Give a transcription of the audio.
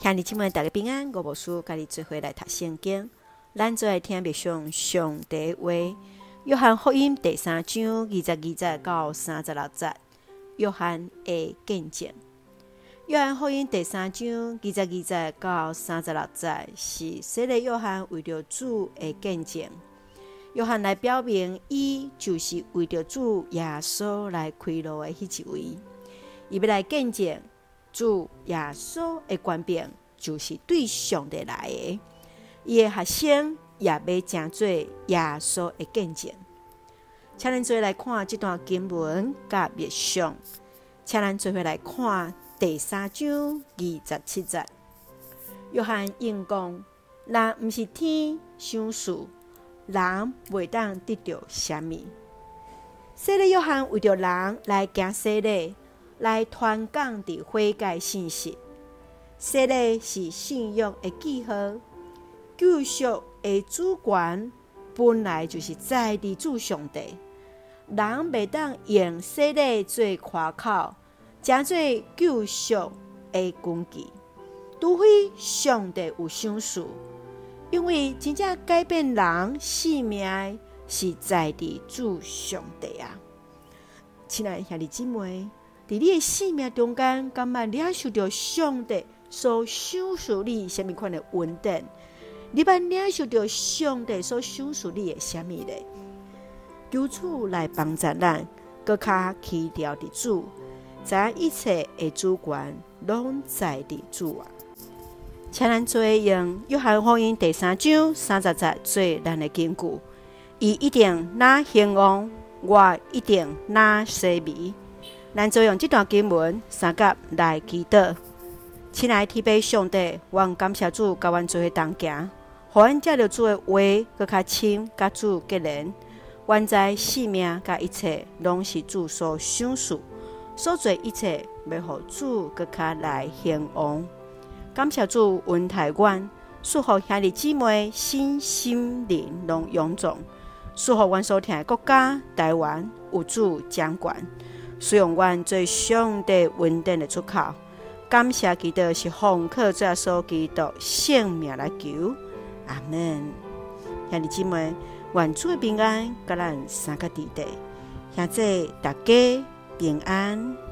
兄弟姊妹大家平安，我无事甲你做伙来读圣经。咱做来听默想上帝话。约翰福音第3章22节到36节。约翰的见证。约翰福音第3章22节到36节是洗礼约翰为着主的见证。约翰来表明，伊就是为着主耶稣来开路的迄一位。伊要来见证主耶稣的权柄就是对上帝来的，伊的学生也要成做耶稣的见证。请咱做伙来看这段经文甲默想，请咱做伙来看第3章27节。约翰应讲：若毋是天赏赐，人袂当得到啥物。洗礼约翰为着人来行洗礼，来传讲伫悔改信息。洗礼是信仰的记号，救赎的主权本来就是在伫主上帝。人袂当用洗礼做夸口，成做救赎的工具，除非上帝有赏赐，因为真正改变人性命的是在伫主上帝啊！亲爱的兄弟姊妹，伫你的生命中间，敢捌领受到上帝所赏赐你什么款的恩典？你捌领受到上帝所赏赐你的什么呢？求主来帮助咱，搁较起调伫主，知影一切的主权拢在伫主啊！请咱做用约翰福音第3章30节做咱的根据。伊一定拿兴旺，我一定拿洗微。咱做用这段经文3节来祈祷。亲爱的天父上帝，阮感谢主甲阮做伙同行，互阮借着主的话，搁较深甲主结连。阮知性命甲一切拢是主所赏赐，所做一切要互主搁较来兴旺。感谢主恩待阮，赐福兄弟姊妹身心灵拢勇壮，赐福阮所听的国家台湾有主掌管，使用阮做上帝恩典的出口。感谢基督是奉靠主耶稣基督圣名来求，阿们。兄弟姊妹，愿主的平安甲咱三个伫地，兄弟大家平安。